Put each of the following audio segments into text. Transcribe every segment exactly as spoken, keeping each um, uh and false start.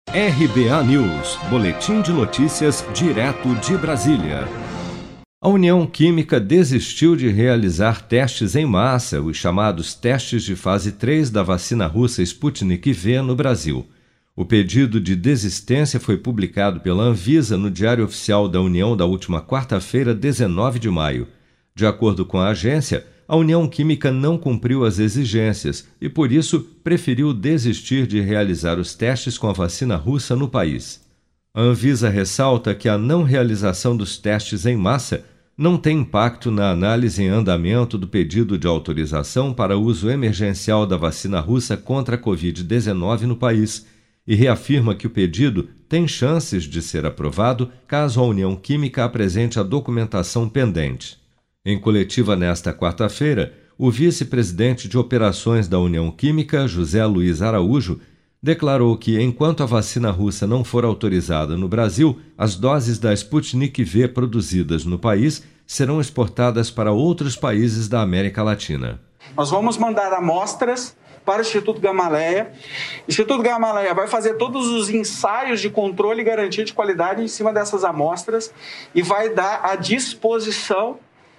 R B A News, boletim de notícias direto de Brasília. A União Química desistiu de realizar testes em massa, os chamados testes de fase três da vacina russa Sputnik V no Brasil. O pedido de desistência foi publicado pela Anvisa no Diário Oficial da União da última quarta-feira, dezenove de maio. De acordo com a agência, a União Química não cumpriu as exigências e, por isso, preferiu desistir de realizar os testes com a vacina russa no país. A Anvisa ressalta que a não realização dos testes em massa não tem impacto na análise em andamento do pedido de autorização para uso emergencial da vacina russa contra a covid dezenove no país e reafirma que o pedido tem chances de ser aprovado caso a União Química apresente a documentação pendente. Em coletiva nesta quarta-feira, o vice-presidente de operações da União Química, José Luiz Araújo, declarou que, enquanto a vacina russa não for autorizada no Brasil, as doses da Sputnik V produzidas no país serão exportadas para outros países da América Latina. Nós vamos mandar amostras para o Instituto Gamaleia. O Instituto Gamaleia vai fazer todos os ensaios de controle e garantia de qualidade em cima dessas amostras e vai dar à disposição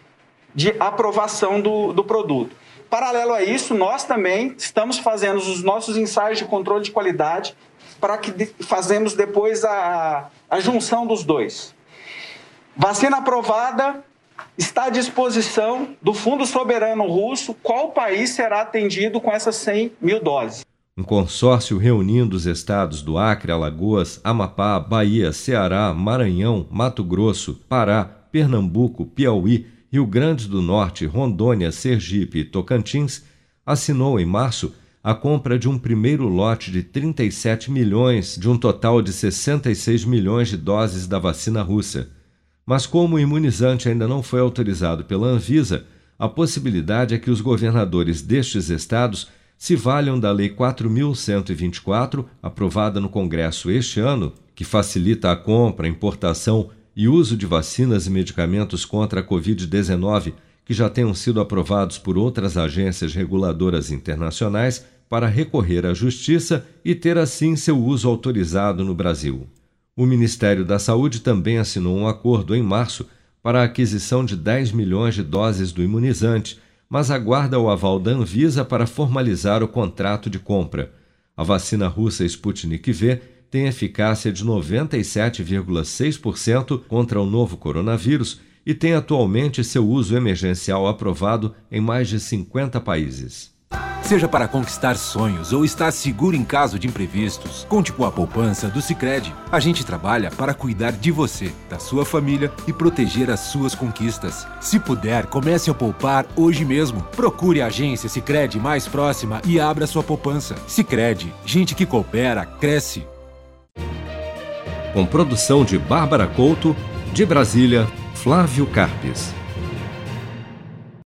de aprovação do, do produto. Paralelo a isso, nós também estamos fazendo os nossos ensaios de controle de qualidade para que de, fazemos depois a, a junção dos dois. Vacina aprovada, está à disposição do Fundo Soberano Russo. Qual país será atendido com essas cem mil doses? Um consórcio reunindo os estados do Acre, Alagoas, Amapá, Bahia, Ceará, Maranhão, Mato Grosso, Pará, Pernambuco, Piauí, Rio Grande do Norte, Rondônia, Sergipe e Tocantins, assinou em março a compra de um primeiro lote de trinta e sete milhões de um total de sessenta e seis milhões de doses da vacina russa. Mas como o imunizante ainda não foi autorizado pela Anvisa, a possibilidade é que os governadores destes estados se valham da Lei quatro mil cento e vinte e quatro, aprovada no Congresso este ano, que facilita a compra, importação e uso de vacinas e medicamentos contra a covid dezenove que já tenham sido aprovados por outras agências reguladoras internacionais para recorrer à Justiça e ter assim seu uso autorizado no Brasil. O Ministério da Saúde também assinou um acordo em março para a aquisição de dez milhões de doses do imunizante, mas aguarda o aval da Anvisa para formalizar o contrato de compra. A vacina russa Sputnik V tem eficácia de noventa e sete vírgula seis por cento contra o novo coronavírus e tem atualmente seu uso emergencial aprovado em mais de cinquenta países. Seja para conquistar sonhos ou estar seguro em caso de imprevistos, conte com a poupança do Sicredi. A gente trabalha para cuidar de você, da sua família e proteger as suas conquistas. Se puder, comece a poupar hoje mesmo. Procure a agência Sicredi mais próxima e abra sua poupança. Sicredi, gente que coopera, cresce. Com produção de Bárbara Couto, de Brasília, Flávio Carpes.